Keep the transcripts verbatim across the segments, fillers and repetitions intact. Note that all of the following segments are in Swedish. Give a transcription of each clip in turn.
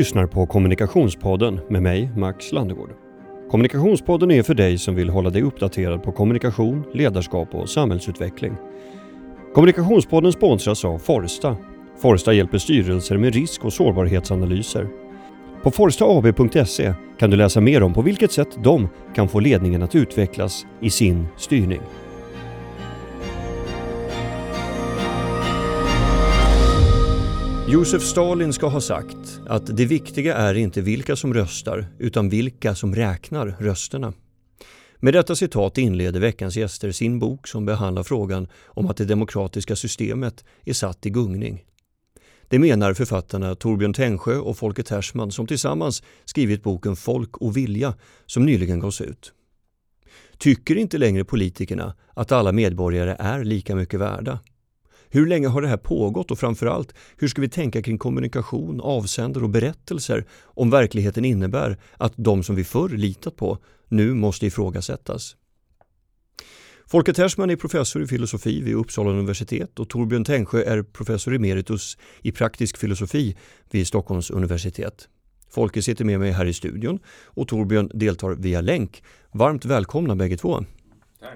lyssnar på Kommunikationspodden med mig, Max Landegård. Kommunikationspodden är för dig som vill hålla dig uppdaterad på kommunikation, ledarskap och samhällsutveckling. Kommunikationspodden sponsras av Forsta. Forsta hjälper styrelser med risk- och sårbarhetsanalyser. På forsta a b punkt se kan du läsa mer om på vilket sätt de kan få ledningen att utvecklas i sin styrning. Josef Stalin ska ha sagt att det viktiga är inte vilka som röstar utan vilka som räknar rösterna. Med detta citat inleder veckans gäster sin bok som behandlar frågan om att det demokratiska systemet är satt i gungning. Det menar författarna Torbjörn Tännsjö och Folke Tersman som tillsammans skrivit boken Folk och vilja som nyligen gavs ut. Tycker inte längre politikerna att alla medborgare är lika mycket värda? Hur länge har det här pågått och framförallt hur ska vi tänka kring kommunikation, avsändare och berättelser om verkligheten innebär att de som vi förr litat på nu måste ifrågasättas? Folke Tersman är professor i filosofi vid Uppsala universitet och Torbjörn Tännsjö är professor emeritus i praktisk filosofi vid Stockholms universitet. Folke sitter med mig här i studion och Torbjörn deltar via länk. Varmt välkomna bägge två. Tack.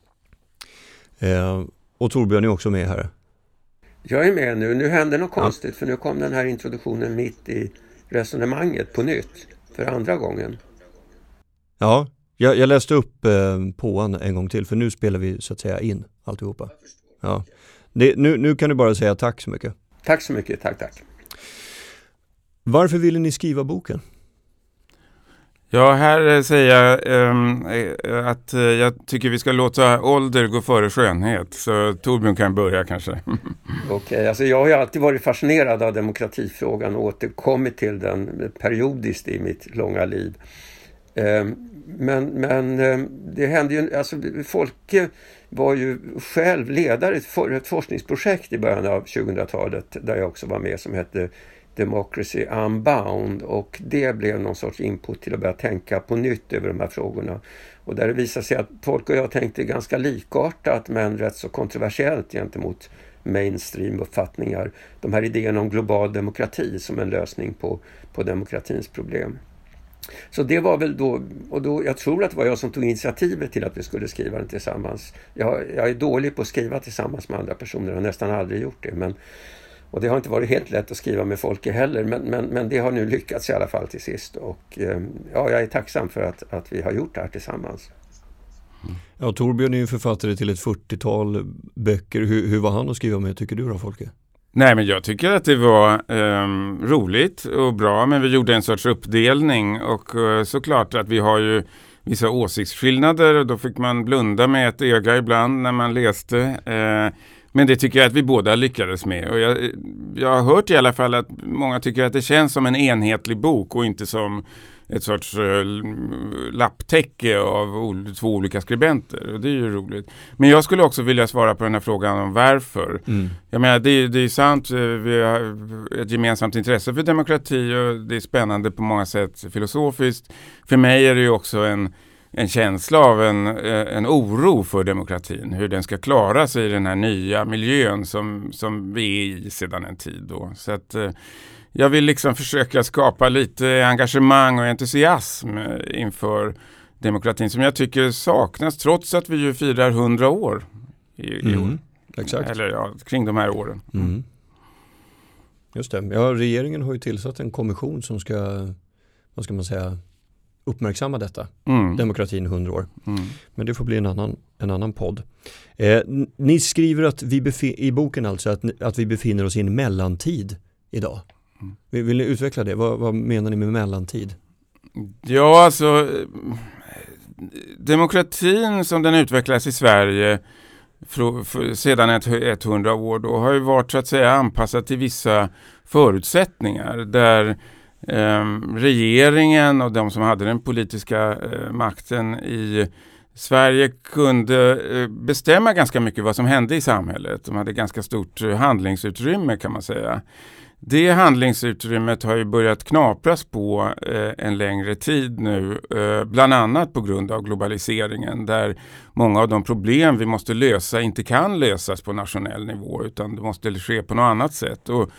Eh, och Torbjörn är också med här. Jag är med nu. Nu händer något konstigt ja. För nu kom den här introduktionen mitt i resonemanget på nytt för andra gången. Ja, jag, jag läste upp eh, påan en gång till för nu spelar vi så att säga in alltihopa. Ja. Det, nu, nu kan du bara säga tack så mycket. Tack så mycket, tack tack. Varför ville ni skriva boken? Ja, här säger jag um, att uh, jag tycker vi ska låta ålder gå före skönhet. Så Torbjörn kan börja kanske. Okej, okay, alltså jag har ju alltid varit fascinerad av demokratifrågan och återkommit till den periodiskt i mitt långa liv. Um, men men um, det hände ju, alltså Folke var ju själv ledare för ett forskningsprojekt i början av tjugohundratalet där jag också var med som hette Democracy Unbound och det blev någon sorts input till att börja tänka på nytt över de här frågorna. Och där det visade sig att folk och jag tänkte ganska likartat men rätt så kontroversiellt gentemot mainstream-uppfattningar. De här idéerna om global demokrati som en lösning på, på demokratins problem. Så det var väl då, och då, jag tror att det var jag som tog initiativet till att vi skulle skriva den tillsammans. Jag, jag är dålig på att skriva tillsammans med andra personer och har nästan aldrig gjort det men och det har inte varit helt lätt att skriva med folk heller, men, men, men det har nu lyckats i alla fall till sist. Och eh, ja, jag är tacksam för att, att vi har gjort det här tillsammans. Ja, Torbjörn är ju författare till ett fyrtiotal böcker. Hur, hur var han att skriva med, tycker du då, Folke? Nej, men jag tycker att det var eh, roligt och bra, men vi gjorde en sorts uppdelning. Och eh, såklart att vi har ju vissa åsiktsskillnader och då fick man blunda med ett öga ibland när man läste. Eh, Men det tycker jag att vi båda lyckades med. Och jag, jag har hört i alla fall att många tycker att det känns som en enhetlig bok och inte som ett sorts uh, lapptäcke av ol- två olika skribenter. Och det är ju roligt. Men jag skulle också vilja svara på den här frågan om varför. Mm. Jag menar, det, det är sant. Vi har ett gemensamt intresse för demokrati och det är spännande på många sätt filosofiskt. För mig är det ju också en en känsla av en, en oro för demokratin, hur den ska klara sig i den här nya miljön som, som vi är i sedan en tid då. Så att eh, jag vill liksom försöka skapa lite engagemang och entusiasm inför demokratin som jag tycker saknas trots att vi ju firar hundra år i, i mm, år. Exakt. Eller ja, kring de här åren. Mm. Just det. Ja, regeringen har ju tillsatt en kommission som ska, vad ska man säga, uppmärksamma detta. Mm. Demokratin hundra år. Mm. Men det får bli en annan, en annan podd. Eh, ni skriver att vi befi- i boken alltså att, att vi befinner oss i en mellantid idag. Mm. Vill, vill ni utveckla det? Vad, vad menar ni med mellantid? Ja, alltså demokratin som den utvecklas i Sverige för, för, sedan ett, ett hundra år då har ju varit så att säga anpassat till vissa förutsättningar där Eh, regeringen och de som hade den politiska eh, makten i Sverige kunde eh, bestämma ganska mycket vad som hände i samhället. De hade ganska stort eh, handlingsutrymme kan man säga. Det handlingsutrymmet har ju börjat knapras på eh, en längre tid nu, eh, bland annat på grund av globaliseringen där många av de problem vi måste lösa inte kan lösas på nationell nivå utan det måste ske på något annat sätt. Och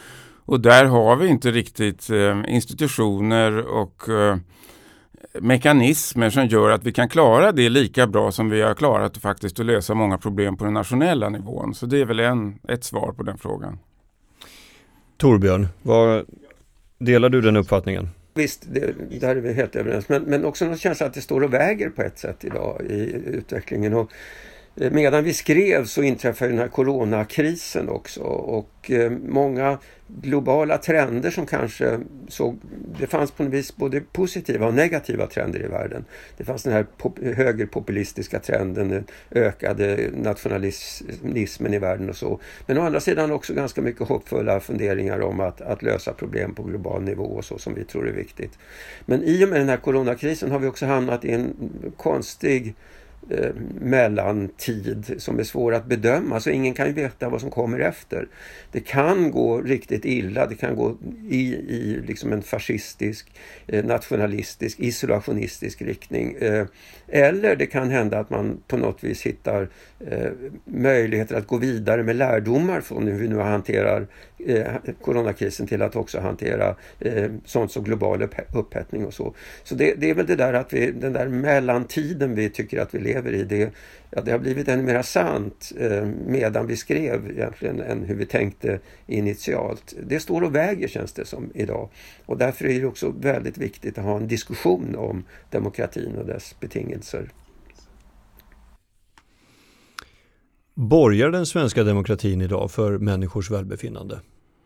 Och där har vi inte riktigt eh, institutioner och eh, mekanismer som gör att vi kan klara det lika bra som vi har klarat faktiskt att lösa många problem på den nationella nivån. Så det är väl en, ett svar på den frågan. Torbjörn, vad, delar du den uppfattningen? Visst, det, där är vi helt överens. Men, men också någon känsla att det står och väger på ett sätt idag i utvecklingen. Och medan vi skrev så inträffade den här coronakrisen också. Och eh, många globala trender som kanske såg... Det fanns på något vis både positiva och negativa trender i världen. Det fanns den här pop- högerpopulistiska trenden, den ökade nationalismen i världen och så. Men å andra sidan också ganska mycket hoppfulla funderingar om att, att lösa problem på global nivå och så som vi tror är viktigt. Men i och med den här coronakrisen har vi också hamnat i en konstig Eh, mellantid som är svår att bedöma, så ingen kan ju veta vad som kommer efter. Det kan gå riktigt illa, det kan gå i, i liksom en fascistisk, eh, nationalistisk, isolationistisk riktning. Eh, eller det kan hända att man på något vis hittar eh, möjligheter att gå vidare med lärdomar från hur vi nu hanterar eh, coronakrisen till att också hantera eh, sånt som global upphettning och så. Så det, det är väl det där att vi, den där mellantiden vi tycker att vi lever i, det, ja, det har blivit ännu mer sant eh, medan vi skrev egentligen än hur vi tänkte initialt. Det står och väger, känns det som idag. Och därför är det också väldigt viktigt att ha en diskussion om demokratin och dess betingelser. Borgar den svenska demokratin idag för människors välbefinnande?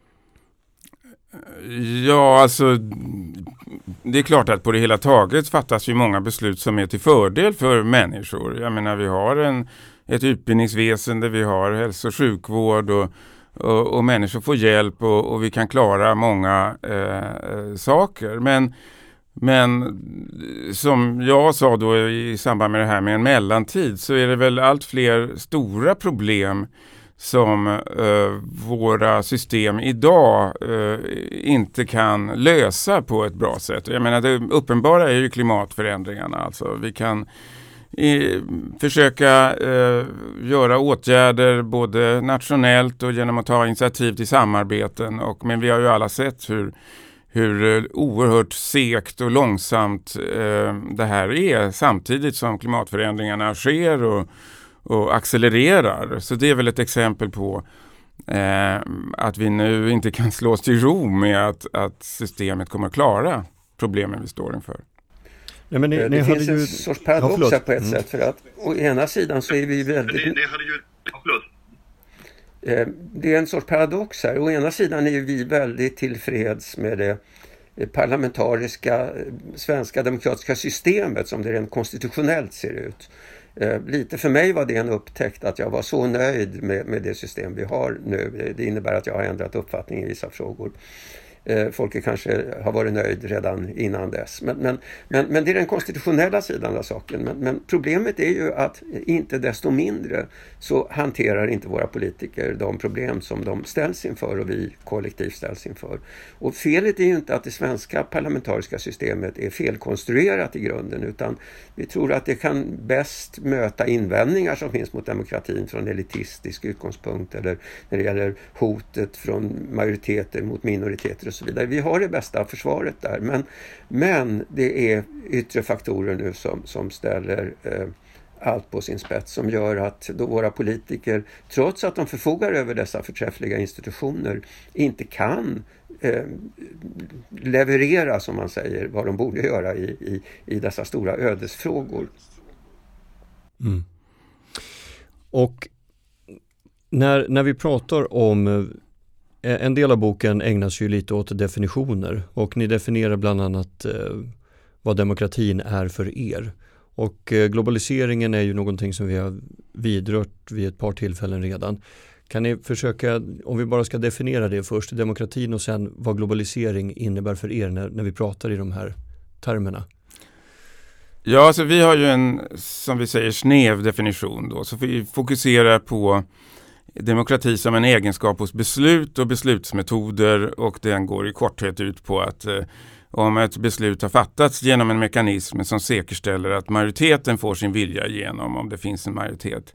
Ja, alltså det är klart att på det hela taget fattas ju många beslut som är till fördel för människor. Jag menar, vi har en, ett utbildningsväsende, vi har hälso- och sjukvård och, och, och människor får hjälp och, och vi kan klara många eh, saker. Men, men som jag sa då i samband med det här med en mellantid, så är det väl allt fler stora problem som eh, våra system idag eh, inte kan lösa på ett bra sätt. Jag menar, det uppenbara är ju klimatförändringarna. Alltså, vi kan eh, försöka eh, göra åtgärder både nationellt och genom att ta initiativ till samarbeten. Och, men vi har ju alla sett hur, hur oerhört segt och långsamt eh, det här är samtidigt som klimatförändringarna sker och och accelererar. Så det är väl ett exempel på eh, att vi nu inte kan slå oss till ro med att, att systemet kommer att klara problemen vi står inför. Nej, men ni, det ni finns ju... en sorts paradox ja, här på ett mm. sätt, för att å ena sidan så är vi väldigt... Ni, ni hade ju... Ja, det är en sorts paradox här. Å ena sidan är vi väldigt tillfreds med det parlamentariska svenska demokratiska systemet som det rent konstitutionellt ser ut. Eh, lite för mig var det en upptäckt att jag var så nöjd med, med det system vi har nu. Det innebär att jag har ändrat uppfattning i vissa frågor. Eh, folk kanske har varit nöjd redan innan dess. Men, men, men, men det är den konstitutionella sidan av saken. Men, men problemet är ju att inte desto mindre så hanterar inte våra politiker de problem som de ställs inför och vi kollektivt ställs inför. Och felet är ju inte att det svenska parlamentariska systemet är felkonstruerat i grunden, utan vi tror att det kan bäst möta invändningar som finns mot demokratin från elitistisk utgångspunkt eller när det gäller hotet från majoriteter mot minoriteter och så vidare. Vi har det bästa försvaret där, men, men det är yttre faktorer nu som, som ställer eh, allt på sin spets, som gör att då våra politiker, trots att de förfogar över dessa förträffliga institutioner, inte kan eh, leverera, som man säger, vad de borde göra i, i, i dessa stora ödesfrågor. Mm. Och när, när vi pratar om, en del av boken ägnas ju lite åt definitioner, och ni definierar bland annat eh, vad demokratin är för er. Och eh, globaliseringen är ju någonting som vi har vidrört vid ett par tillfällen redan. Kan ni försöka, om vi bara ska definiera det först, demokratin, och sen vad globalisering innebär för er när, när vi pratar i de här termerna? Ja, alltså vi har ju en, som vi säger, snäv definition då. Så vi fokuserar på demokrati som en egenskap hos beslut och beslutsmetoder, och den går i korthet ut på att eh, om ett beslut har fattats genom en mekanism som säkerställer att majoriteten får sin vilja igenom, om det finns en majoritet,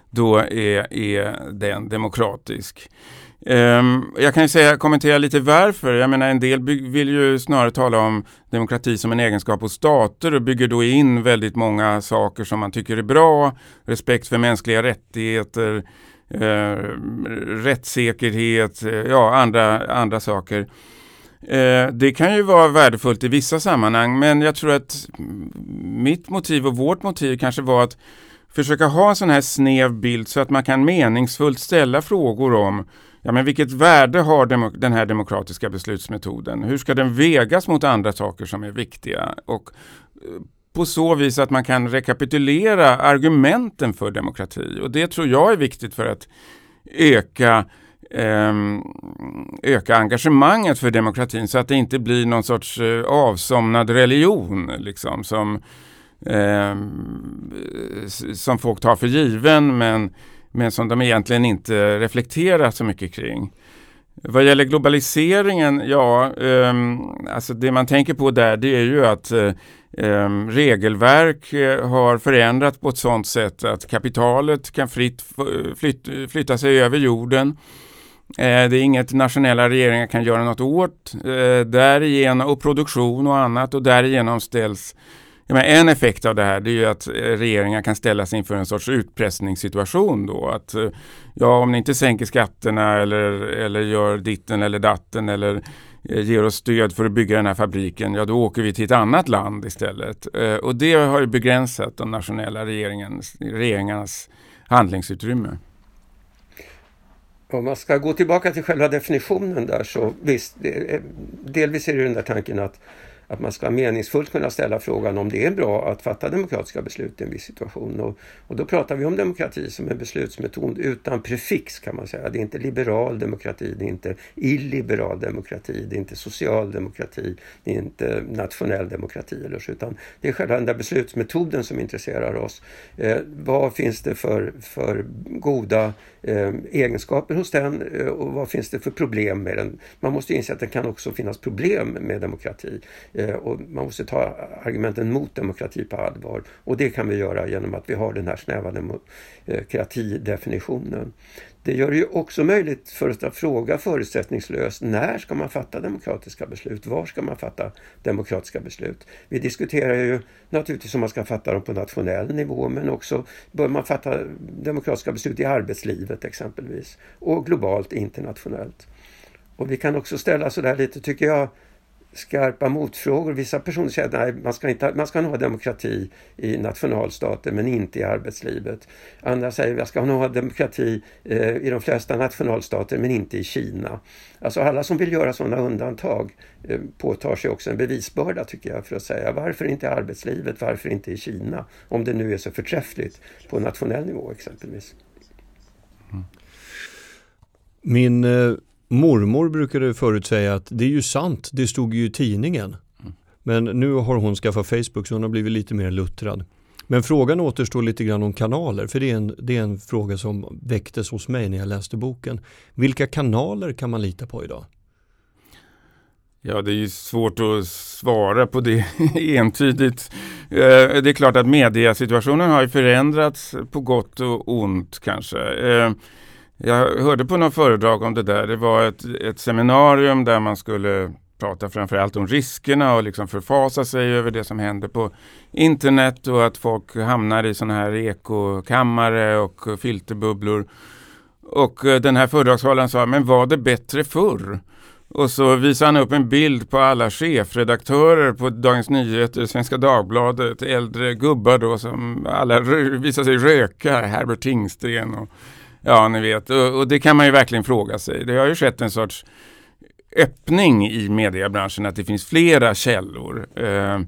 då är, är den demokratisk. Um, jag kan ju säga, kommentera lite varför. Jag menar, en del by- vill ju snarare tala om demokrati som en egenskap hos stater och bygger då in väldigt många saker som man tycker är bra. Respekt för mänskliga rättigheter, uh, rättssäkerhet, uh, ja, andra, andra saker. Uh, det kan ju vara värdefullt i vissa sammanhang, men jag tror att mitt motiv och vårt motiv kanske var att försöka ha en sån här snäv bild så att man kan meningsfullt ställa frågor om ja, men vilket värde har demo- den här demokratiska beslutsmetoden? Hur ska den vägas mot andra saker som är viktiga? Och eh, på så vis att man kan rekapitulera argumenten för demokrati. Och det tror jag är viktigt för att öka, eh, öka engagemanget för demokratin så att det inte blir någon sorts eh, avsomnad religion liksom, som, eh, som folk tar för given men men som de egentligen inte reflekterar så mycket kring. Vad gäller globaliseringen, ja, um, alltså det man tänker på där det är ju att um, regelverk har förändrats på ett sådant sätt att kapitalet kan fritt flyt, flytta sig över jorden. Eh, det är inget nationella regeringar kan göra något åt. Eh, därigenom, och produktion och annat, och därigenom ställs Ja, men en effekt av det här det är ju att regeringar kan ställas inför en sorts utpressningssituation då. Att ja, om ni inte sänker skatterna eller, eller gör ditten eller datten eller ger oss stöd för att bygga den här fabriken, ja då åker vi till ett annat land istället. Och det har ju begränsat de nationella regeringarnas handlingsutrymme. Om man ska gå tillbaka till själva definitionen där så visst, det, delvis är det den där tanken att Att man ska meningsfullt kunna ställa frågan om det är bra att fatta demokratiska beslut i en viss situation. Och, och då pratar vi om demokrati som en beslutsmetod utan prefix kan man säga. Det är inte liberal demokrati, det är inte illiberal demokrati, det är inte social demokrati, det är inte nationell demokrati eller så, utan det är själva den där beslutsmetoden som intresserar oss. Eh, vad finns det för, för goda eh, egenskaper hos den eh, och vad finns det för problem med den? Man måste inse att det kan också finnas problem med demokrati. Och man måste ta argumenten mot demokrati på allvar. Och det kan vi göra genom att vi har den här snäva demokratidefinitionen. Det gör det ju också möjligt för oss att fråga förutsättningslöst när ska man fatta demokratiska beslut? Var ska man fatta demokratiska beslut? Vi diskuterar ju naturligtvis om man ska fatta dem på nationell nivå, men också bör man fatta demokratiska beslut i arbetslivet exempelvis. Och globalt, internationellt. Och vi kan också ställa så där lite, tycker jag, skarpa motfrågor. Vissa personer säger att nej, man ska inte, man ska nog ha demokrati i nationalstater men inte i arbetslivet. Andra säger att man ska nog ha demokrati eh, i de flesta nationalstater men inte i Kina. Alltså alla som vill göra sådana undantag eh, påtar sig också en bevisbörda tycker jag för att säga varför inte i arbetslivet, varför inte i Kina om det nu är så förträffligt på nationell nivå exempelvis. Mm. Min eh... mormor brukade förut säga att det är ju sant, det stod ju i tidningen. Mm. Men nu har hon skaffat Facebook så hon har blivit lite mer luttrad. Men frågan återstår lite grann om kanaler, för det är en, det är en fråga som väcktes hos mig när jag läste boken. Vilka kanaler kan man lita på idag? Ja, det är ju svårt att svara på det entydigt. Det är klart att mediasituationen har ju förändrats på gott och ont kanske. Jag hörde på någon föredrag om det där. Det var ett, ett seminarium där man skulle prata framförallt om riskerna och liksom förfasa sig över det som händer på internet och att folk hamnar i såna här ekokammare och filterbubblor. Och den här föredragshållaren sa, men var det bättre förr? Och så visade han upp en bild på alla chefredaktörer på Dagens Nyheter, Svenska Dagbladet, äldre gubbar då som alla visade sig röka, Herbert Tingsten och ja, ni vet. Och, och det kan man ju verkligen fråga sig. Det har ju skett en sorts öppning i mediebranschen att det finns flera källor. Eh,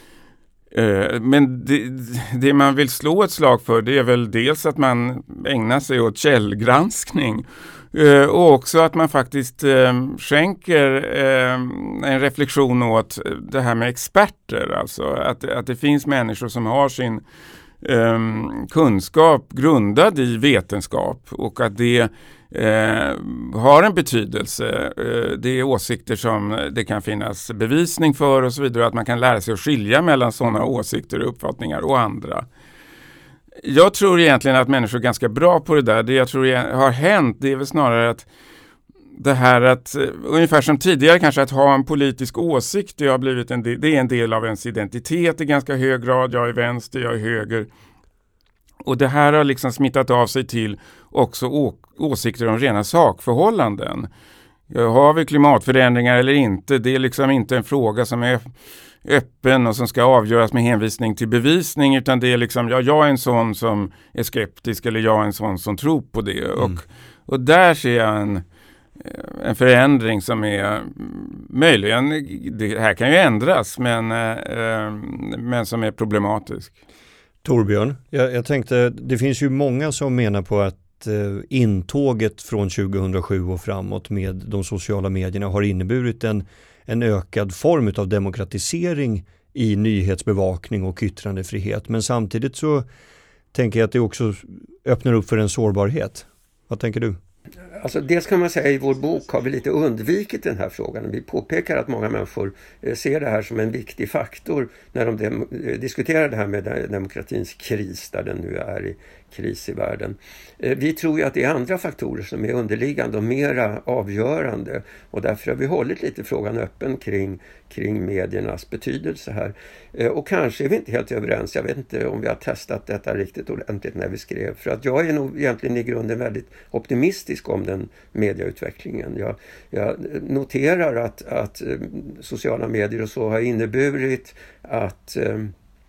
eh, men det, det man vill slå ett slag för det är väl dels att man ägnar sig åt källgranskning eh, och också att man faktiskt eh, skänker eh, en reflektion åt det här med experter. Alltså att, att det finns människor som har sin Um, kunskap grundad i vetenskap och att det uh, har en betydelse. Uh, det är åsikter som det kan finnas bevisning för och så vidare, att man kan lära sig att skilja mellan sådana åsikter och uppfattningar och andra. Jag tror egentligen att människor är ganska bra på det där. Det jag tror har hänt, det är väl snarare att det här att, ungefär som tidigare kanske, att ha en politisk åsikt, det har blivit en del, det är en del av ens identitet i ganska hög grad. Jag är vänster, jag är höger. Och det här har liksom smittat av sig till också å- åsikter om rena sakförhållanden. Har vi klimatförändringar eller inte? Det är liksom inte en fråga som är öppen och som ska avgöras med hänvisning till bevisning, utan det är liksom, ja, jag är en sån som är skeptisk eller jag är en sån som tror på det. Mm. Och, och där ser jag en, en förändring som är möjligen, det här kan ju ändras, men, eh, men som är problematisk. Torbjörn, jag, jag tänkte, det finns ju många som menar på att eh, intåget från tjugohundrasju och framåt med de sociala medierna har inneburit en, en ökad form av demokratisering i nyhetsbevakning och yttrandefrihet. Men samtidigt så tänker jag att det också öppnar upp för en sårbarhet. Vad tänker du? Alltså dels kan man säga i vår bok har vi lite undvikit den här frågan. Vi påpekar att många människor ser det här som en viktig faktor när de dem- diskuterar det här med demokratins kris, där den nu är i kris i världen. Vi tror ju att det är andra faktorer som är underliggande och mera avgörande, och därför har vi hållit lite frågan öppen kring, kring mediernas betydelse här. Och kanske är vi inte helt överens, jag vet inte om vi har testat detta riktigt ordentligt när vi skrev, för att jag är nog egentligen i grunden väldigt optimistisk om den medieutvecklingen. Jag, jag noterar att, att sociala medier och så har inneburit att eh,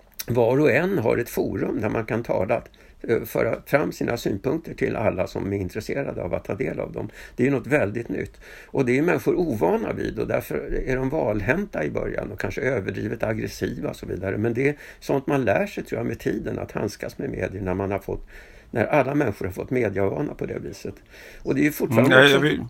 var och en har ett forum där man kan tala, föra fram sina synpunkter till alla som är intresserade av att ta del av dem. Det är något väldigt nytt. Och det är människor ovana vid, och därför är de valhänta i början och kanske överdrivet aggressiva och så vidare. Men det är sånt man lär sig, tror jag, med tiden, att handskas med medier när man har fått, när alla människor har fått mediavana på det viset. Och det är ju fortfarande mm, också... jag vill,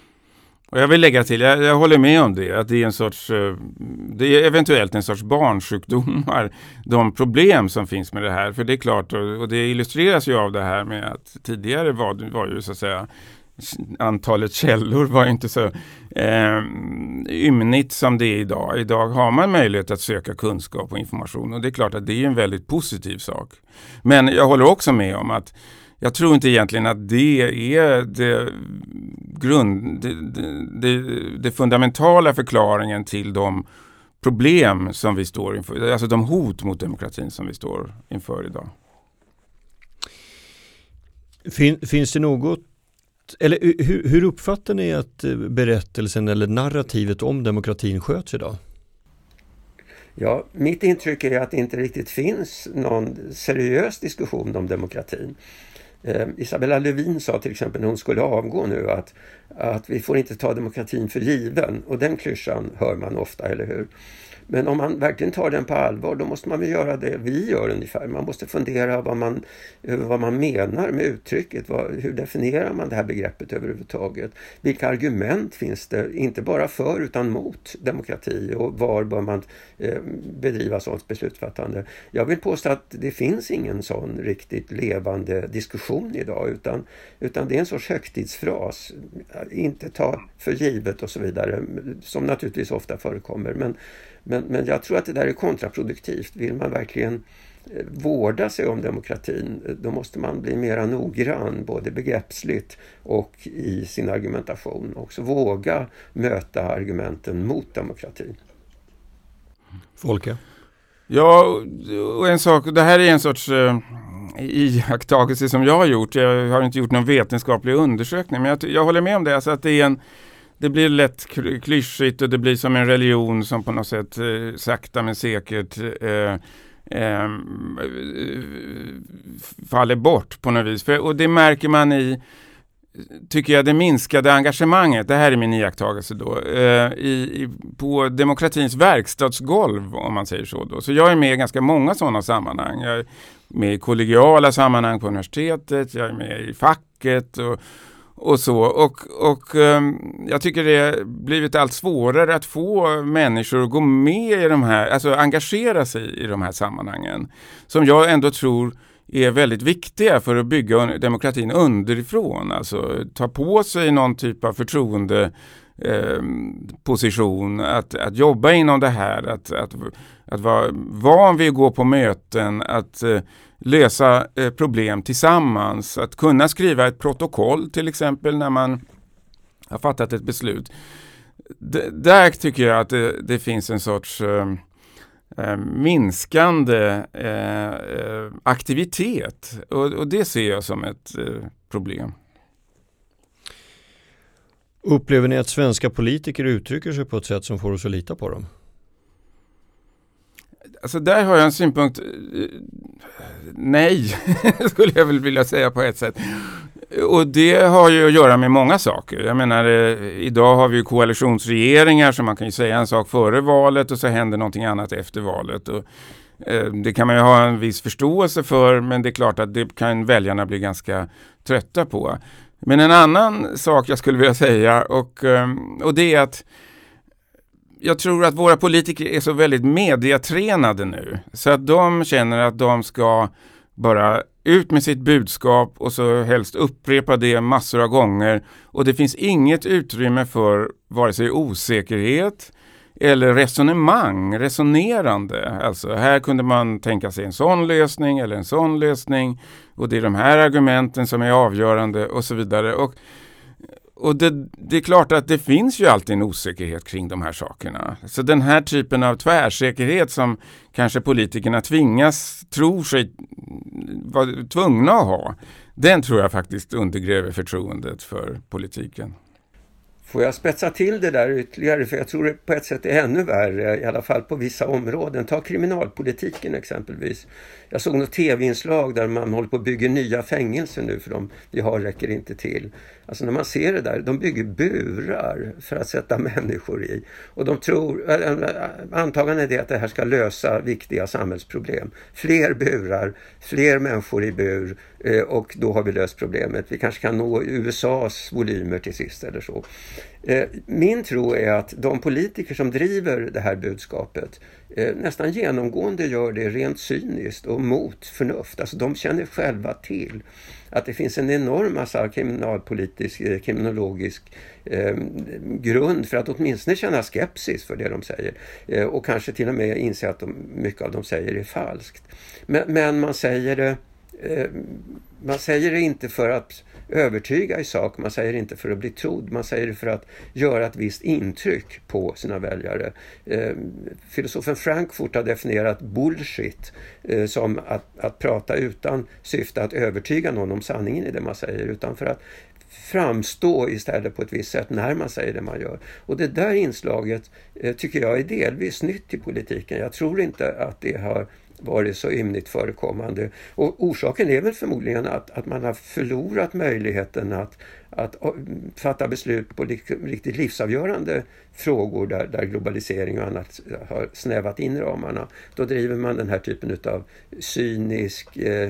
och jag vill lägga till, jag, jag håller med om det, att det är en sorts, det är eventuellt en sorts barnsjukdomar, de problem som finns med det här. För det är klart, och, och det illustreras ju av det här med att tidigare var, var ju så att säga, antalet källor var inte så eh, ymnigt som det är idag. Idag har man möjlighet att söka kunskap och information, och det är klart att det är en väldigt positiv sak. Men jag håller också med om att jag tror inte egentligen att det är det, grund, det, det, det fundamentala förklaringen till de problem som vi står inför, alltså de hot mot demokratin som vi står inför idag. Fin, finns det något, eller hur, hur uppfattar ni att berättelsen eller narrativet om demokratin sköts idag? Ja, mitt intryck är att det inte riktigt finns någon seriös diskussion om demokratin. Eh, Isabella Lövin sa till exempel när hon skulle avgå nu att, att vi får inte ta demokratin för given, och den klyschan hör man ofta, eller hur? Men om man verkligen tar den på allvar, då måste man väl göra det vi gör ungefär. Man måste fundera vad man, vad man menar med uttrycket. Vad, hur definierar man det här begreppet överhuvudtaget? Vilka argument finns det, inte bara för utan mot demokrati, och var bör man eh, bedriva sådant beslutsfattande? Jag vill påstå att det finns ingen sån riktigt levande diskussion idag, utan, utan det är en sorts högtidsfras. Inte ta för givet och så vidare, som naturligtvis ofta förekommer. Men Men, men jag tror att det där är kontraproduktivt. Vill man verkligen vårda sig om demokratin, då måste man bli mera noggrann, både begreppsligt och i sin argumentation. Också våga möta argumenten mot demokratin. Folke? Ja, och en sak, det här är en sorts uh, iakttagelse som jag har gjort. Jag har inte gjort någon vetenskaplig undersökning, men jag, jag håller med om det. Alltså att det är en Det blir lätt klyschigt och det blir som en religion som på något sätt eh, sakta men säkert eh, eh, faller bort på något vis. För, och det märker man i, tycker jag, det minskade engagemanget. Det här är min iakttagelse då. Eh, i, i, på demokratins verkstadsgolv, om man säger så då. Så jag är med i ganska många sådana sammanhang. Jag är med i kollegiala sammanhang på universitetet. Jag är med i facket och Och så, och, och um, jag tycker det har blivit allt svårare att få människor att gå med i de här, alltså engagera sig i de här sammanhangen, som jag ändå tror är väldigt viktiga för att bygga demokratin underifrån, alltså ta på sig någon typ av förtroende eh, position att, att jobba inom det här, att, att, att vara van vid att gå på möten, att eh, lösa eh, problem tillsammans, att kunna skriva ett protokoll till exempel när man har fattat ett beslut. D- där tycker jag att det, det finns en sorts eh, eh, minskande eh, aktivitet och, och det ser jag som ett eh, problem. Upplever ni att svenska politiker uttrycker sig på ett sätt som får oss att lita på dem? Alltså där har jag en synpunkt. Nej, skulle jag väl vilja säga på ett sätt. Och det har ju att göra med många saker. Jag menar, idag har vi ju koalitionsregeringar så man kan ju säga en sak före valet och så händer någonting annat efter valet. Och, eh, det kan man ju ha en viss förståelse för, men det är klart att det kan väljarna bli ganska trötta på. Men en annan sak jag skulle vilja säga och, och det är att jag tror att våra politiker är så väldigt mediatränade nu så att de känner att de ska bara ut med sitt budskap och så helst upprepa det massor av gånger och det finns inget utrymme för vare sig osäkerhet eller resonemang, resonerande. Alltså här kunde man tänka sig en sån lösning eller en sån lösning och det är de här argumenten som är avgörande och så vidare. Och, och det, det är klart att det finns ju alltid en osäkerhet kring de här sakerna. Så den här typen av tvärsäkerhet som kanske politikerna tvingas, tror sig vara tvungna att ha, den tror jag faktiskt undergräver förtroendet för politiken. Får jag spetsa till det där ytterligare, för jag tror det på ett sätt är ännu värre, i alla fall på vissa områden. Ta kriminalpolitiken exempelvis. Jag såg något tv-inslag där man håller på att bygga nya fängelser nu för de vi har räcker inte till. Alltså när man ser det där, de bygger burar för att sätta människor i. Och de tror, antagandet är att det här ska lösa viktiga samhällsproblem. Fler burar, fler människor i bur och då har vi löst problemet. Vi kanske kan nå U S A:s volymer till sist eller så. Min tro är att de politiker som driver det här budskapet nästan genomgående gör det rent cyniskt och mot förnuft. Alltså de känner själva till att det finns en enorm massa kriminalpolitisk, kriminologisk eh, grund för att åtminstone känna skepsis för det de säger. Eh, och kanske till och med inse att de, mycket av de säger är falskt. Men, men man säger det eh, man säger det inte för att övertyga i sak, man säger inte för att bli trodd, man säger det för att göra ett visst intryck på sina väljare. Eh, filosofen Frankfurt har definierat bullshit eh, som att, att prata utan syfte att övertyga någon om sanningen i det man säger, utan för att framstå istället på ett visst sätt när man säger det man gör. Och det där inslaget eh, tycker jag är delvis nytt i politiken. Jag tror inte att det har varit så ymnigt förekommande. Och orsaken är väl förmodligen att, att man har förlorat möjligheten att, att fatta beslut på riktigt livsavgörande frågor där, där globalisering och annat har snävat in ramarna. Då driver man den här typen av cynisk, eh,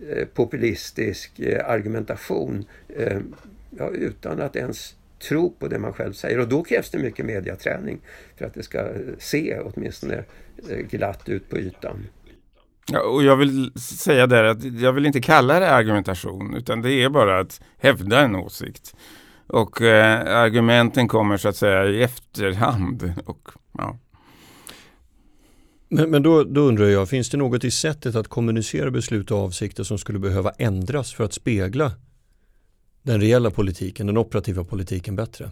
populistisk eh, argumentation eh, ja, utan att ens tro på det man själv säger. Och då krävs det mycket mediaträning för att det ska se åtminstone glatt ut på ytan. Ja, och jag vill säga där att jag vill inte kalla det argumentation utan det är bara att hävda en åsikt. Och eh, argumenten kommer så att säga i efterhand. Och, ja. Men, men då, då undrar jag, finns det något i sättet att kommunicera beslut och avsikter som skulle behöva ändras för att spegla den reella politiken, den operativa politiken bättre?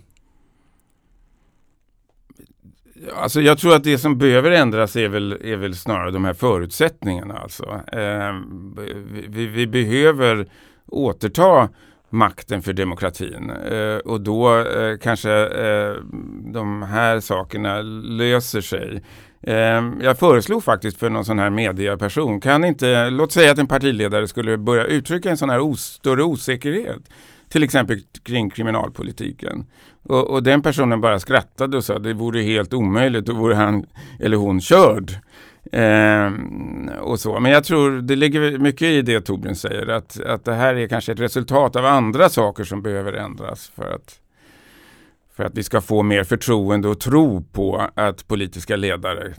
Alltså jag tror att det som behöver ändras är väl, är väl snarare de här förutsättningarna. Alltså. Eh, vi, vi behöver återta makten för demokratin eh, och då eh, kanske eh, de här sakerna löser sig. Eh, jag föreslog faktiskt för någon sån här medieperson, kan inte, låt säga att en partiledare skulle börja uttrycka en sån här os, större osäkerhet. Till exempel kring kriminalpolitiken. Och, och den personen bara skrattade och sa att det vore helt omöjligt, då vore han eller hon körd. Eh, och så. Men jag tror det ligger mycket i det Torbjörn säger, att, att det här är kanske ett resultat av andra saker som behöver ändras för att, för att vi ska få mer förtroende och tro på att politiska ledare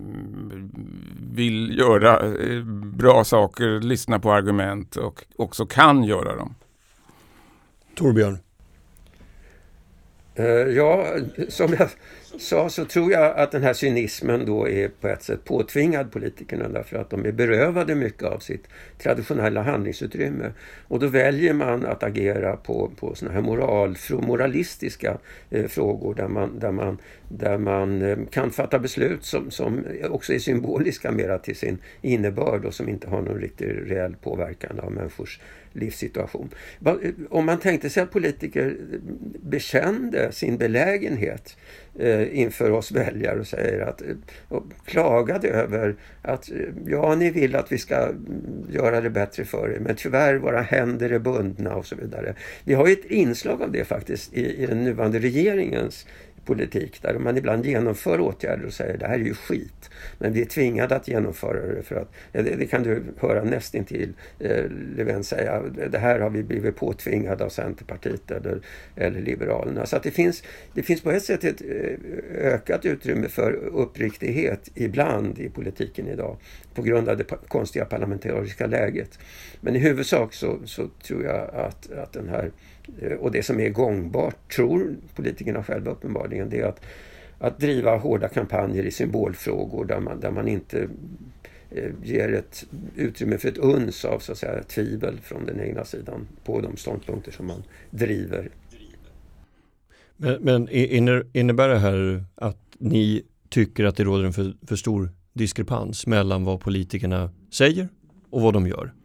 vill göra bra saker, lyssna på argument och också kan göra dem. Torbjörn? Uh, ja, som jag sa så tror jag att den här cynismen då är på ett sätt påtvingad politikerna därför att de är berövade mycket av sitt traditionella handlingsutrymme. Och då väljer man att agera på, på såna här moral, moralistiska eh, frågor där man, där man, där man eh, kan fatta beslut som, som också är symboliska mera till sin innebörd och som inte har någon riktig reell påverkan av människors livssituation. Om man tänkte sig att politiker bekände sin belägenhet eh, inför oss väljare och säger att och klagade över att ja, ni vill att vi ska göra det bättre för er, men tyvärr våra händer är bundna och så vidare. Vi har ju ett inslag av det faktiskt i, i den nuvarande regeringens politik där man ibland genomför åtgärder och säger det här är ju skit, men vi är tvingade att genomföra det för att det, det kan du höra nästintill eh, Löfven säga, det här har vi blivit påtvingade av Centerpartiet eller, eller Liberalerna. Så att det finns, det finns på ett sätt ett ökat utrymme för uppriktighet ibland i politiken idag på grund av det konstiga parlamentariska läget. Men i huvudsak så, så tror jag att, att den här och det som är gångbart, tror politikerna själva uppenbarligen, det är att, att driva hårda kampanjer i symbolfrågor där man, där man inte eh, ger ett utrymme för ett uns av så att säga, tvivel från den egna sidan på de ståndpunkter som man driver. Men, men innebär det här att ni tycker att det råder en för, för stor diskrepans mellan vad politikerna säger och vad de gör?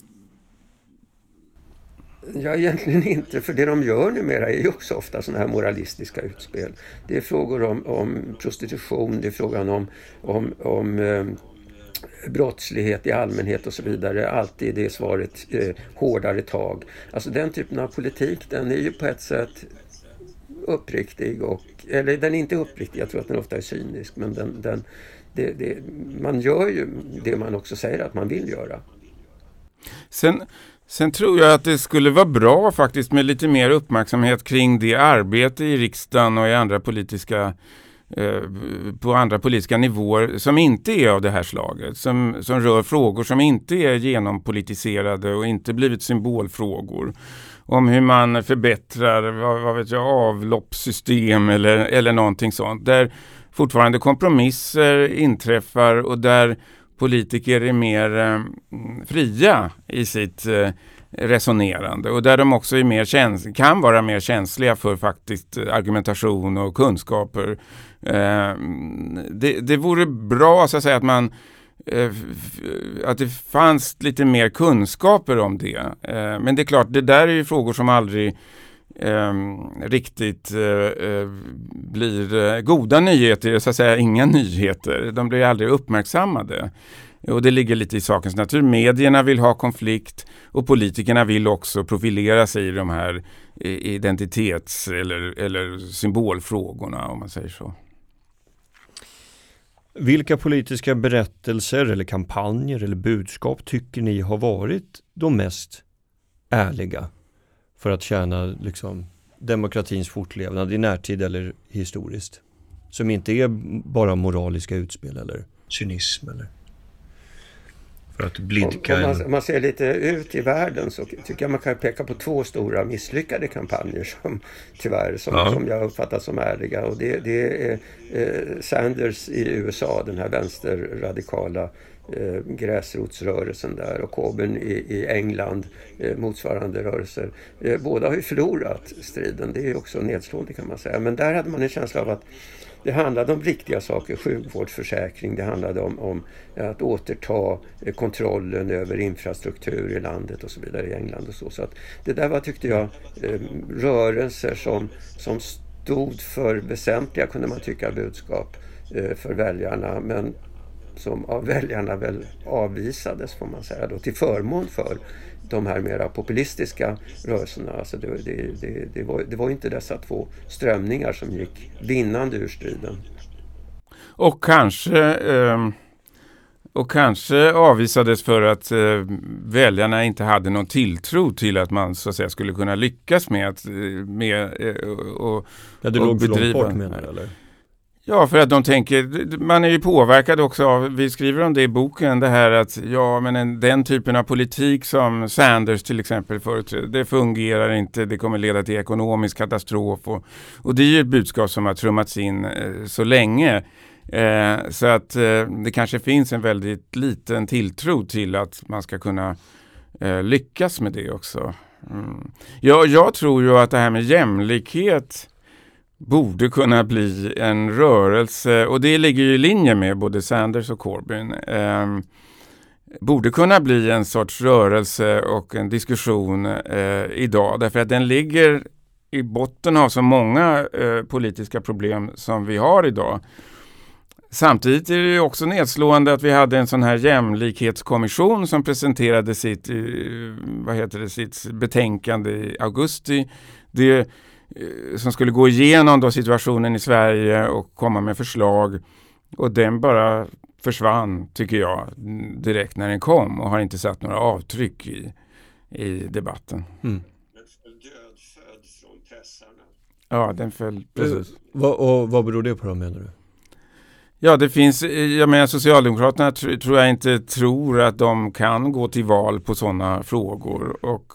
Ja, egentligen inte, för det de gör numera är ju också ofta sådana här moralistiska utspel. Det är frågor om, om prostitution, det är frågan om, om, om eh, brottslighet i allmänhet och så vidare. Alltid det svaret eh, hårdare tag. Alltså den typen av politik, den är ju på ett sätt uppriktig, och, eller den är inte uppriktig, jag tror att den ofta är cynisk, men den, den, det, det, man gör ju det man också säger att man vill göra. Sen... Sen tror jag att det skulle vara bra faktiskt med lite mer uppmärksamhet kring det arbete i riksdagen och i andra politiska, eh, på andra politiska nivåer som inte är av det här slaget. Som, som rör frågor som inte är genompolitiserade och inte blivit symbolfrågor. Om hur man förbättrar vad, vad vet jag, avloppssystem eller, eller någonting sånt. Där fortfarande kompromisser inträffar och där politiker är mer eh, fria i sitt eh, resonerande och där de också är mer käns- kan vara mer känsliga för faktiskt argumentation och kunskaper. Eh, det, det vore bra så att säga att man eh, f- att det fanns lite mer kunskaper om det. Eh, men det är klart, det där är ju frågor som aldrig Eh, riktigt eh, blir eh, goda nyheter, så att säga inga nyheter. De blir aldrig uppmärksammade. Och det ligger lite i sakens natur. Medierna vill ha konflikt och politikerna vill också profilera sig i de här identitets- eller, eller symbolfrågorna, om man säger så. Vilka politiska berättelser eller kampanjer eller budskap tycker ni har varit de mest ärliga för att tjäna liksom, demokratins fortlevnad i närtid eller historiskt? Som inte är bara moraliska utspel eller cynism eller för att blidka. Om, om, man, om man ser lite ut i världen så tycker jag man kan peka på två stora misslyckade kampanjer som tyvärr som, ja. som jag uppfattar som ärliga. Och det, det är eh, Sanders i U S A, den här vänsterradikala Eh, gräsrotsrörelsen där, och Corbyn i, i England, eh, motsvarande rörelser. Eh, båda har ju förlorat striden, det är också nedslående kan man säga, men där hade man en känsla av att det handlade om riktiga saker, sjukvårdsförsäkring, det handlade om, om att återta eh, kontrollen över infrastruktur i landet och så vidare i England och så. Så att det där var, tyckte jag, eh, rörelser som, som stod för väsentliga, kunde man tycka, budskap eh, för väljarna, men som av väljarna väl avvisades, får man säga då, till förmån för de här mera populistiska rörelserna. Alltså det, det, det, det, var, det var inte dessa två strömningar som gick vinnande ur striden. Och kanske, eh, och kanske avvisades för att eh, väljarna inte hade någon tilltro till att man så att säga skulle kunna lyckas med att med, eh, och, ja, det och låg för bedriva. långt bort, menar du, eller? Ja, för att de tänker, man är ju påverkad också av, vi skriver om det i boken, det här att ja, men en, den typen av politik som Sanders till exempel företräder, det fungerar inte, det kommer leda till ekonomisk katastrof och, och det är ju ett budskap som har trummats in eh, så länge. Eh, så att eh, det kanske finns en väldigt liten tilltro till att man ska kunna eh, lyckas med det också. Mm. Ja, jag tror ju att det här med jämlikhet borde kunna bli en rörelse, och det ligger ju i linje med både Sanders och Corbyn, eh, borde kunna bli en sorts rörelse och en diskussion eh, idag, därför att den ligger i botten av så många eh, politiska problem som vi har idag. Samtidigt är det ju också nedslående att vi hade en sån här jämlikhetskommission som presenterade sitt, vad heter det, sitt betänkande i augusti. Det som skulle gå igenom då situationen i Sverige och komma med förslag. Och den bara försvann, tycker jag, direkt när den kom och har inte satt några avtryck i, i debatten. Mm. Den föll dödfödd från pressarna. Ja, den föll, precis. Vad, och vad beror det på då, menar du? Ja, det finns, jag menar Socialdemokraterna tr- tror jag inte tror att de kan gå till val på sådana frågor och,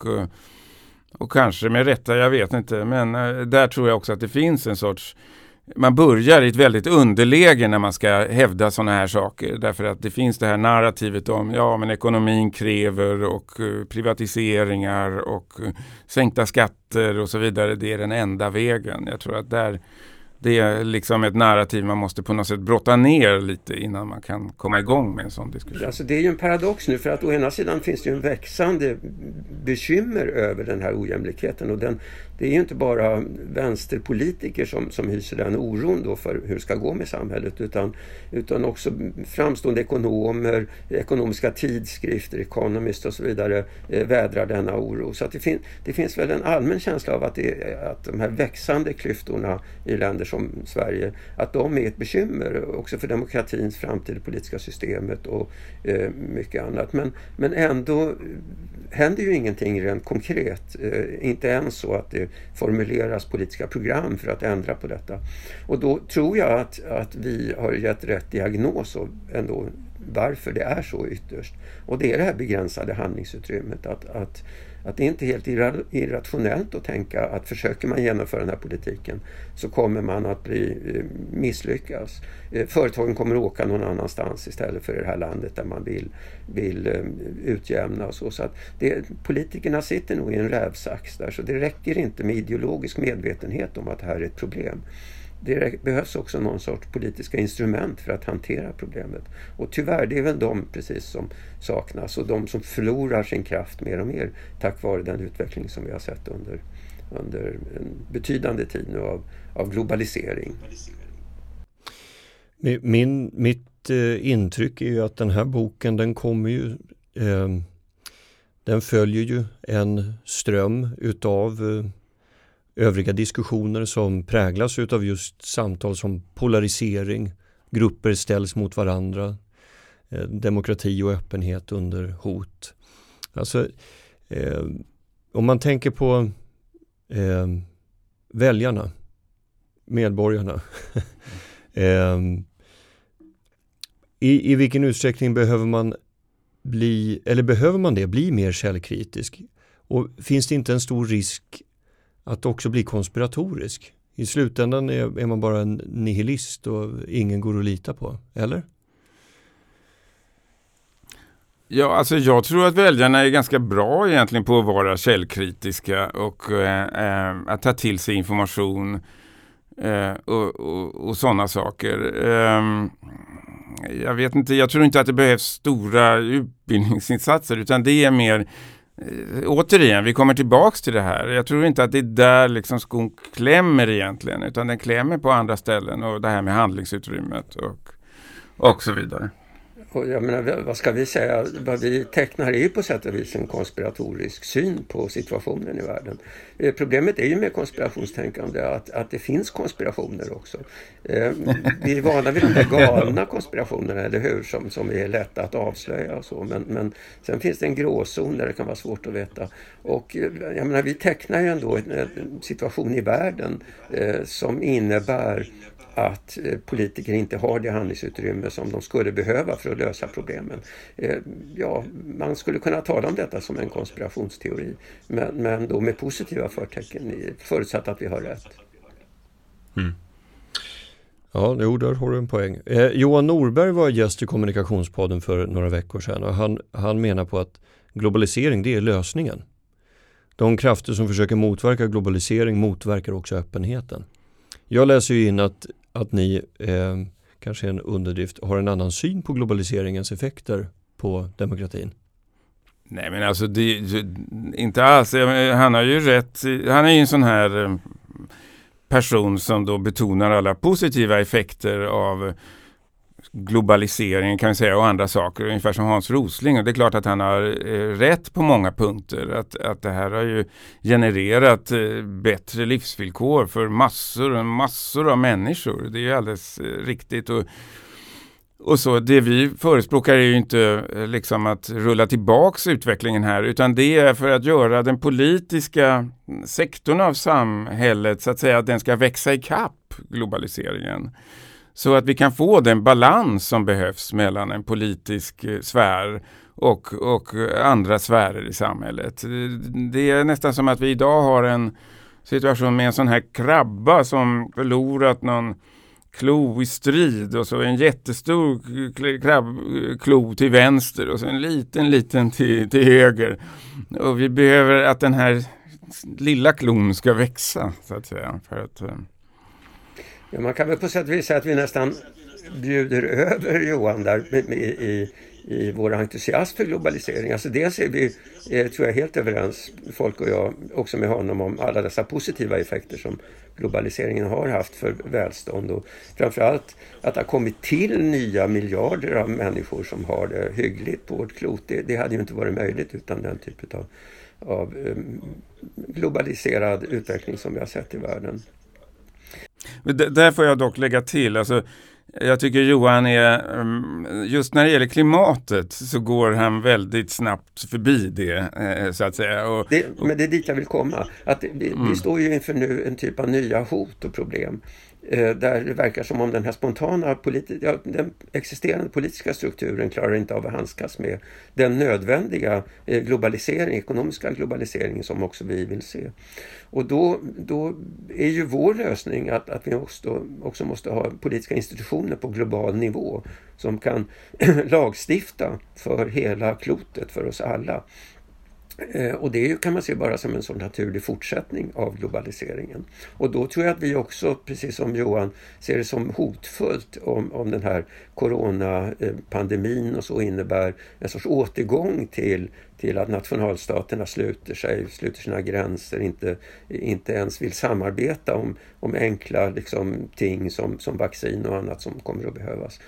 och kanske med rätta, jag vet inte, men där tror jag också att det finns en sorts, man börjar i ett väldigt underläge när man ska hävda sådana här saker, därför att det finns det här narrativet om, ja men ekonomin kräver och privatiseringar och sänkta skatter och så vidare, det är den enda vägen. Jag tror att där det är liksom ett narrativ man måste på något sätt brotta ner lite innan man kan komma igång med en sån diskussion. Alltså det är ju en paradox nu, för att å ena sidan finns det ju en växande bekymmer över den här ojämlikheten, och den, det är ju inte bara vänsterpolitiker som, som hyser den oron då för hur det ska gå med samhället, utan, utan också framstående ekonomer, ekonomiska tidskrifter, Economist och så vidare eh, vädrar denna oro. Så att det, fin, det finns väl en allmän känsla av att, det, att de här växande klyftorna i länder som Sverige, att de är ett bekymmer också för demokratins framtid, det politiska systemet och eh, mycket annat. Men, men ändå händer ju ingenting rent konkret. Eh, inte ens så att det formuleras politiska program för att ändra på detta. Och då tror jag att, att vi har gett rätt diagnos och ändå varför det är så ytterst. Och det är det här begränsade handlingsutrymmet, att, att Att det inte är helt irrationellt att tänka att försöker man genomföra den här politiken så kommer man att bli misslyckas. Företagen kommer att åka någon annanstans istället för det här landet där man vill, vill utjämna och så. Så att det, politikerna sitter nog i en rävsax där, så det räcker inte med ideologisk medvetenhet om att det här är ett problem. Det behövs också någon sorts politiska instrument för att hantera problemet. Och tyvärr, det är väl de precis som saknas, och de som förlorar sin kraft mer och mer tack vare den utveckling som vi har sett under, under en betydande tid nu av, av globalisering. Min, mitt eh, intryck är ju att den här boken, den kommer ju eh, den följer ju en ström utav eh, övriga diskussioner som präglas utav just samtal som polarisering, grupper ställs mot varandra, eh, demokrati och öppenhet under hot. Alltså, eh, om man tänker på eh, väljarna, medborgarna, eh, i, i vilken utsträckning behöver man bli, eller behöver man det, bli mer källkritisk? Och finns det inte en stor risk att också bli konspiratorisk? I slutändan är, är man bara en nihilist och ingen går att lita på, eller? Ja, alltså jag tror att väljarna är ganska bra egentligen på att vara källkritiska och eh, att ta till sig information eh, och, och, och sådana saker. Eh, jag vet inte, jag tror inte att det behövs stora utbildningsinsatser, utan det är mer återigen, vi kommer tillbaks till det här. Jag tror inte att det är där liksom skon klämmer egentligen, utan den klämmer på andra ställen, och det här med handlingsutrymmet och, och så vidare. Och jag menar, vad ska vi säga? Vad vi tecknar är ju på sätt och vis en konspiratorisk syn på situationen i världen. Eh, problemet är ju med konspirationstänkande att, att det finns konspirationer också. Eh, vi är vana vid de där galna konspirationerna, eller hur? Som, som är lätta att avslöja och så. Men, men sen finns det en gråzon där det kan vara svårt att veta. Och jag menar, vi tecknar ju ändå en, en situation i världen eh, som innebär att politiker inte har det handlingsutrymme som de skulle behöva för att lösa problemen. Ja, man skulle kunna tala om detta som en konspirationsteori, men, men då med positiva förtecken, förutsatt att vi har rätt. Mm. Ja, jo, där har du en poäng. Eh, Johan Norberg var gäst i Kommunikationspodden för några veckor sedan och han, han menar på att globalisering, det är lösningen. De krafter som försöker motverka globalisering motverkar också öppenheten. Jag läser ju in att, att ni, eh, kanske en underdrift, har en annan syn på globaliseringens effekter på demokratin. Nej, men alltså det, inte alls. Han har ju rätt. Han är ju en sån här person som då betonar alla positiva effekter av globaliseringen, kan vi säga, och andra saker, ungefär som Hans Rosling. Och det är klart att han har eh, rätt på många punkter. Att, att det här har ju genererat eh, bättre livsvillkor för massor och massor av människor. Det är ju alldeles eh, riktigt. Och, och så det vi förespråkar är ju inte eh, liksom att rulla tillbaks utvecklingen här, utan det är för att göra den politiska sektorn av samhället, så att säga, att den ska växa i kapp globaliseringen. Så att vi kan få den balans som behövs mellan en politisk sfär och, och andra sfärer i samhället. Det är nästan som att vi idag har en situation med en sån här krabba som förlorat någon klo i strid, och så en jättestor krabbklo till vänster och så en liten liten till, till höger. Och vi behöver att den här lilla klon ska växa, så att säga, för att... Ja, man kan väl på sätt och vis säga att vi nästan bjuder över Johan där i, i, i vår entusiasm för globalisering. Alltså dels är vi, är, tror jag, helt överens, folk och jag, också med honom, om alla dessa positiva effekter som globaliseringen har haft för välstånd, och framförallt att det har kommit till nya miljarder av människor som har det hyggligt på vårt klot. Det, det hade ju inte varit möjligt utan den typen av, av um, globaliserad utveckling som vi har sett i världen. Där får jag dock lägga till, alltså, jag tycker Johan är, just när det gäller klimatet så går han väldigt snabbt förbi det, så att säga. Och, det, men det är dit jag vill komma. Att vi, mm. vi står ju inför nu en typ av nya hot och problem. Där det verkar som om den här spontana politi- ja, den existerande politiska strukturen klarar inte av att handskas med den nödvändiga globalisering, ekonomiska globaliseringen som också vi vill se. Och då, då är ju vår lösning att, att vi också, också måste ha politiska institutioner på global nivå som kan lagstifta för hela klotet, för oss alla. Och det kan man se bara som en sån naturlig fortsättning av globaliseringen. Och då tror jag att vi också, precis som Johan, ser det som hotfullt om, om den här coronapandemin och så innebär en sorts återgång till, till att nationalstaterna sluter sig, sluter sina gränser, inte, inte ens vill samarbeta om, om enkla liksom, ting som, som vaccin och annat som kommer att behövas.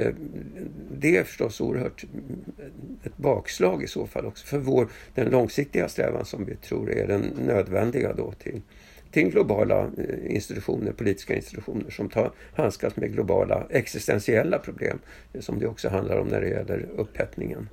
Det är förstås oerhört ett bakslag i så fall också för vår, den långsiktiga strävan som vi tror är den nödvändiga då till, till globala institutioner, politiska institutioner som tar handskas med globala existentiella problem som det också handlar om när det gäller upphettningen.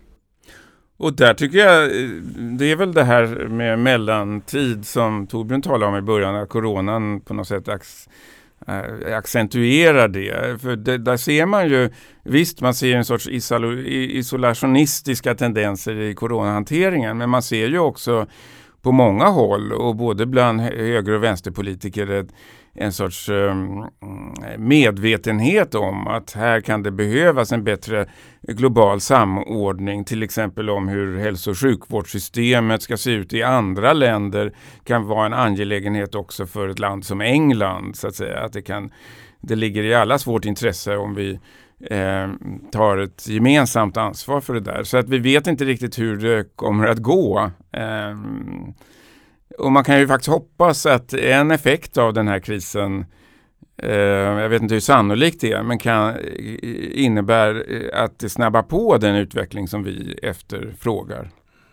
Och där tycker jag, det är väl det här med mellantid som Torbjörn talade om i början, att coronan på något sätt ac- accentuerar det. För det, där ser man ju, visst man ser en sorts isol- isolationistiska tendenser i coronahanteringen, men man ser ju också på många håll och både bland höger- och vänsterpolitiker en sorts um, medvetenhet om att här kan det behövas en bättre global samordning, till exempel om hur hälso- och sjukvårdssystemet ska se ut i andra länder kan vara en angelägenhet också för ett land som England, så att säga. Att det, kan, det ligger i allas vårt intresse om vi eh, tar ett gemensamt ansvar för det där. Så att vi vet inte riktigt hur det kommer att gå. Eh, Och man kan ju faktiskt hoppas att en effekt av den här krisen, eh, jag vet inte hur sannolikt det är, men kan innebär att det snabbar på den utveckling som vi efterfrågar.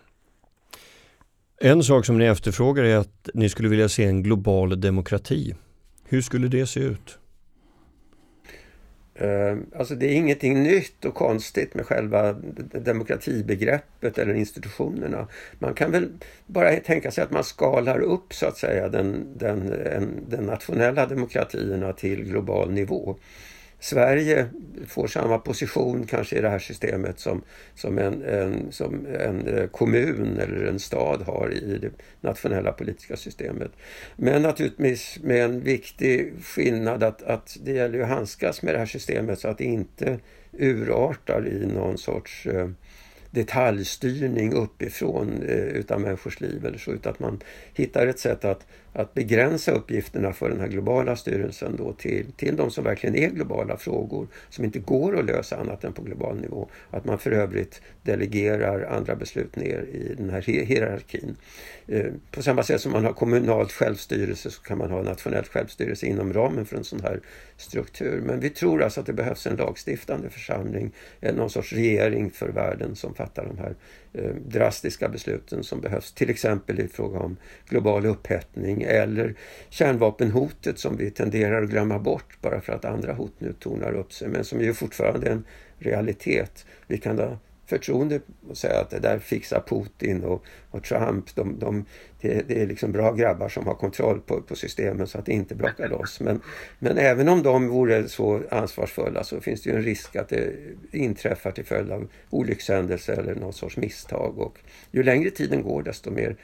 En sak som ni efterfrågar är att ni skulle vilja se en global demokrati. Hur skulle det se ut? Alltså det är ingenting nytt och konstigt med själva demokratibegreppet eller institutionerna. Man kan väl bara tänka sig att man skalar upp så att säga den, den, den nationella demokratierna till global nivå. Sverige får samma position kanske i det här systemet som, som, en, en, som en kommun eller en stad har i det nationella politiska systemet. Men naturligtvis med en viktig skillnad att, att det gäller att handskas med det här systemet så att det inte urartar i någon sorts eh, detaljstyrning uppifrån eh, utav människors liv eller så, utan att man hittar ett sätt att, att begränsa uppgifterna för den här globala styrelsen då till, till de som verkligen är globala frågor som inte går att lösa annat än på global nivå. Att man för övrigt delegerar andra beslut ner i den här hierarkin. Eh, på samma sätt som man har kommunalt självstyrelse så kan man ha nationellt självstyrelse inom ramen för en sån här struktur. Men vi tror alltså att det behövs en lagstiftande församling, eh, någon sorts regering för världen som fattar de här eh, drastiska besluten som behövs. Till exempel i fråga om global upphettning eller kärnvapenhotet som vi tenderar att glömma bort bara för att andra hot nu tonar upp sig, men som ju fortfarande är en realitet. Vi kan ha förtroende och säga att det där fixar Putin och, och Trump. De, de, det, det är liksom bra grabbar som har kontroll på, på systemen så att det inte brakar loss. Men, men även om de vore så ansvarsfulla så finns det ju en risk att det inträffar till följd av olyckshändelse eller någon sorts misstag. Och ju längre tiden går desto mer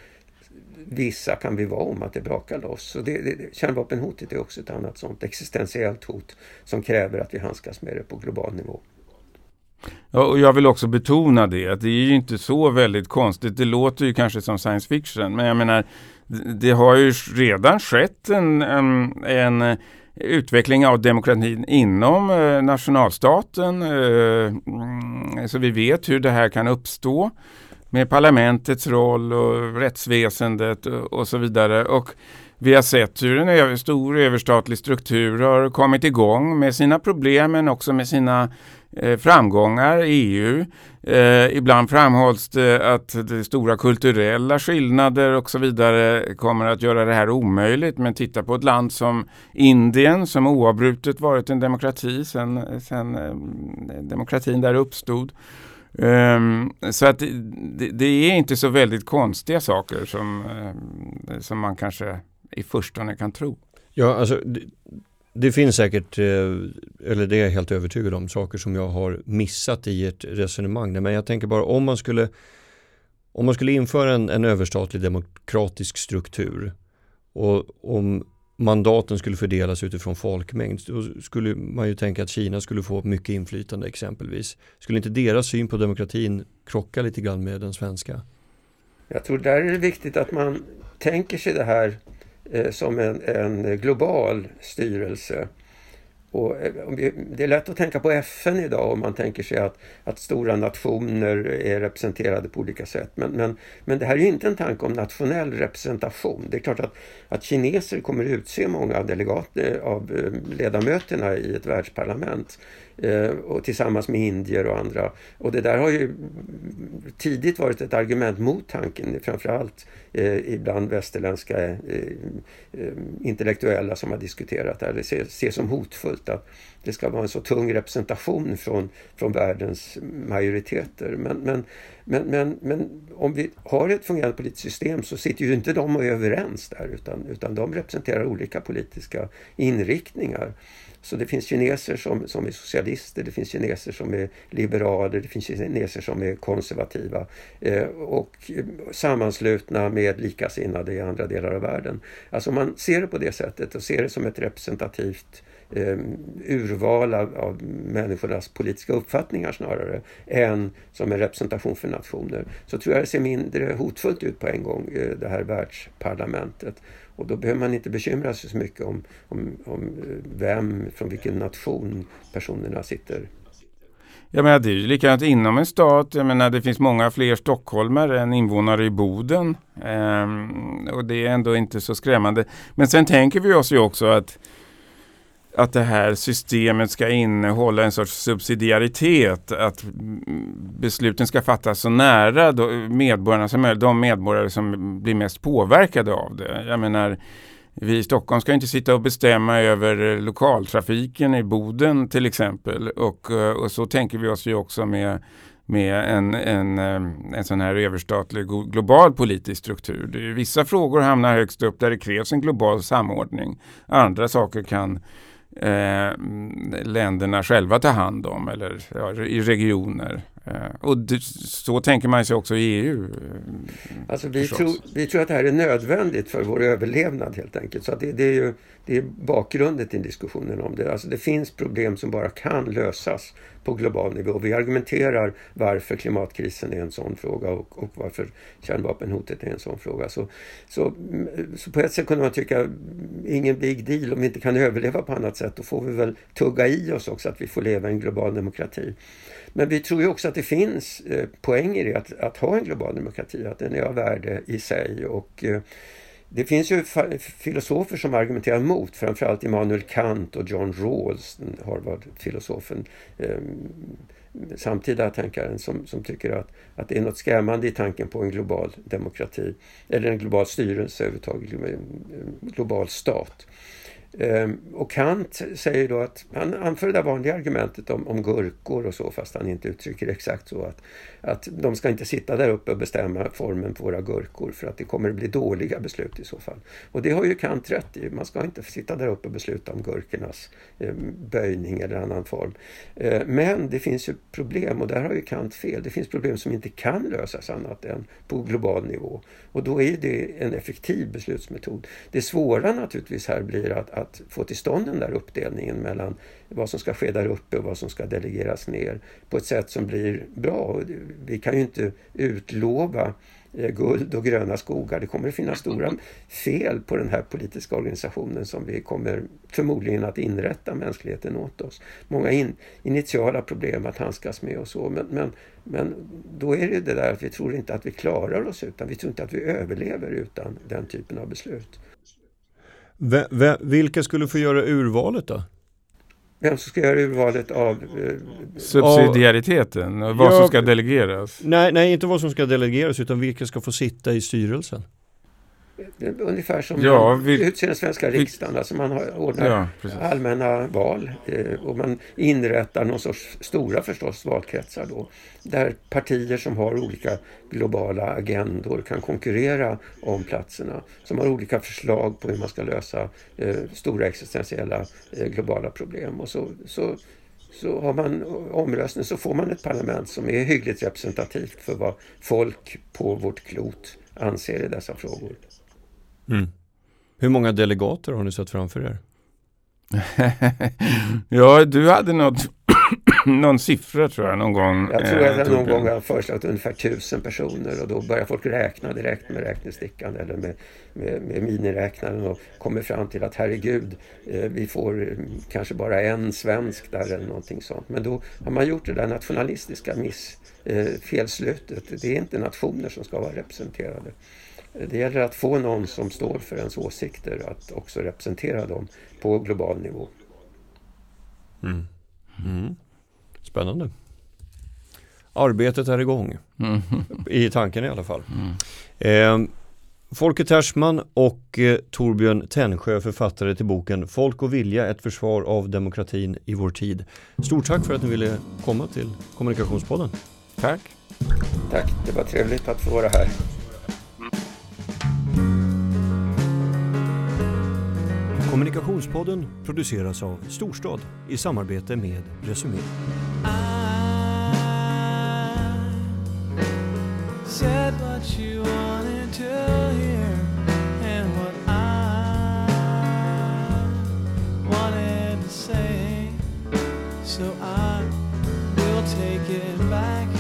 vissa kan vi vara om att det brakar loss. Så det, det, kärnvapenhotet är också ett annat sånt existentiellt hot som kräver att vi handskas med det på global nivå. Ja, och jag vill också betona det, att det är ju inte så väldigt konstigt. Det låter ju kanske som science fiction, men jag menar, det har ju redan skett en, en, en utveckling av demokratin inom eh, nationalstaten. Eh, så vi vet hur det här kan uppstå med parlamentets roll och rättsväsendet och, och så vidare. Och vi har sett hur en över, stor överstatlig struktur har kommit igång med sina problem men också med sina eh, framgångar i E U. Eh, ibland framhålls det att det stora kulturella skillnader och så vidare kommer att göra det här omöjligt. Men titta på ett land som Indien som oavbrutet varit en demokrati sedan, sedan eh, demokratin där uppstod. Um, så att det, det är inte så väldigt konstiga saker som, uh, som man kanske i förstone kan tro. Ja, alltså det, det finns säkert, eller det är jag helt övertygad om, saker som jag har missat i ett resonemang. Men jag tänker bara om man skulle, om man skulle införa en, en överstatlig demokratisk struktur och om mandaten skulle fördelas utifrån folkmängd, då skulle man ju tänka att Kina skulle få mycket inflytande exempelvis. Skulle inte deras syn på demokratin krocka lite grann med den svenska? Jag tror där är det viktigt att man tänker sig det här eh, som en, en global styrelse. Och det är lätt att tänka på F N idag om man tänker sig att, att stora nationer är representerade på olika sätt. Men, men, men det här är ju inte en tanke om nationell representation. Det är klart att, att kineser kommer utse många delegater av ledamöterna i ett världsparlament. Eh, och tillsammans med indier och andra. Och det där har ju tidigt varit ett argument mot tanken, framförallt eh, ibland västerländska eh, eh, intellektuella som har diskuterat det här. Det ser, ser som hotfullt att det ska vara en så tung representation från, från världens majoriteter. Men, men, men, men, men om vi har ett fungerande politiskt system så sitter ju inte de överens där, utan, utan de representerar olika politiska inriktningar. Så det finns kineser som, som är socialister, det finns kineser som är liberaler, det finns kineser som är konservativa eh, och sammanslutna med likasinnade i andra delar av världen. Alltså man ser det på det sättet och ser det som ett representativt eh, urval av, av människornas politiska uppfattningar snarare än som en representation för nationer. Så tror jag det ser mindre hotfullt ut på en gång, eh, det här världsparlamentet. Och då behöver man inte bekymra sig så mycket om, om, om vem, från vilken nation personerna sitter. Ja, men det är ju likadant inom en stat. Jag menar, det finns många fler stockholmare än invånare i Boden. Ehm, och det är ändå inte så skrämmande. Men sen tänker vi oss ju också att att det här systemet ska innehålla en sorts subsidiaritet, att besluten ska fattas så nära medborgarna som möjligt, de medborgare som blir mest påverkade av det. Jag menar, vi i Stockholm ska inte sitta och bestämma över lokaltrafiken i Boden till exempel. Och, och så tänker vi oss ju också med, med en, en, en sån här överstatlig global politisk struktur. Det är, vissa frågor hamnar högst upp där det krävs en global samordning. Andra saker kan eh, länderna själva ta hand om eller ja, i regioner. Och det, så tänker man sig också i E U. Alltså vi, tror, vi tror att det här är nödvändigt för vår överlevnad helt enkelt. Så att det, det är ju det är bakgrunden till diskussionen om det. Alltså det finns problem som bara kan lösas på global nivå. Vi argumenterar varför klimatkrisen är en sån fråga och, och varför kärnvapenhotet är en sån fråga. Så, så, så på ett sätt kunde man tycka ingen big deal om vi inte kan överleva på annat sätt. Då får vi väl tugga i oss också att vi får leva i en global demokrati. Men vi tror ju också att det finns eh, poänger i att, att ha en global demokrati, att den är av värde i sig. Och eh, det finns ju fa- filosofer som argumenterar mot, framförallt Immanuel Kant och John Rawls, Harvard-filosofen, eh, samtida tänkaren som, som tycker att, att det är något skrämmande i tanken på en global demokrati, eller en global styrelse överhuvudtaget, en global stat. Um, och Kant säger då att han anför det där vanliga argumentet om, om gurkor och så, fast han inte uttrycker exakt så att, att de ska inte sitta där uppe och bestämma formen på våra gurkor för att det kommer att bli dåliga beslut i så fall. Och det har ju Kant rätt i, man ska inte sitta där uppe och besluta om gurkornas eh, böjning eller annan form. Eh, men det finns ju problem, och där har ju Kant fel. Det finns problem som inte kan lösas annat än på global nivå, och då är det en effektiv beslutsmetod. Det svåra naturligtvis här blir att att få till stånd den där uppdelningen mellan vad som ska ske där uppe och vad som ska delegeras ner på ett sätt som blir bra. Vi kan ju inte utlova guld och gröna skogar. Det kommer att finnas stora fel på den här politiska organisationen som vi kommer förmodligen att inrätta mänskligheten åt oss. Många in, initiala problem att handskas med och så. Men, men, men då är det det där att vi tror inte att vi klarar oss utan vi tror inte att vi överlever utan den typen av beslut. V- v- vilka skulle få göra urvalet då? Vem som ska göra urvalet av... Eh, Subsidiariteten, och vad ja, som ska delegeras? Nej, nej, inte vad som ska delegeras utan vilka ska få sitta i styrelsen. Ungefär som ja, man vi, utser den svenska riksdagen. Alltså man har ordnar ja, allmänna val eh, och man inrättar någon sorts stora förstås valkretsar då. Där partier som har olika globala agendor kan konkurrera om platserna. Som har olika förslag på hur man ska lösa eh, stora existentiella eh, globala problem. Och så... så så har man omröstning så får man ett parlament som är hyggligt representativt för vad folk på vårt klot anser i dessa frågor. Mm. Hur många delegater har ni sett framför er? Ja, du hade något, någon siffra tror jag någon gång. Jag tror att jag någon gång har föreslagit ungefär tusen personer och då börjar folk räkna direkt med räknestickan eller med, med, med miniräknaren och kommer fram till att herregud, eh, vi får kanske bara en svensk där eller någonting sånt. Men då har man gjort det där nationalistiska miss, eh, felslutet. Det är inte nationer som ska vara representerade. Det gäller att få någon som står för ens åsikter att också representera dem på global nivå. Mm. Mm. Spännande. Arbetet är igång. Mm. I tanken i alla fall. Mm. Eh, Folke Tersman och eh, Torbjörn Tännsjö, författare till boken Folk och vilja, ett försvar av demokratin i vår tid. Stort tack för att ni ville komma till Kommunikationspodden. Tack. Tack, det var trevligt att få vara här. Kommunikationspodden produceras av Storstad i samarbete med Resumé. Said what you wanted to hear and what I wanted to say, so I will take it back.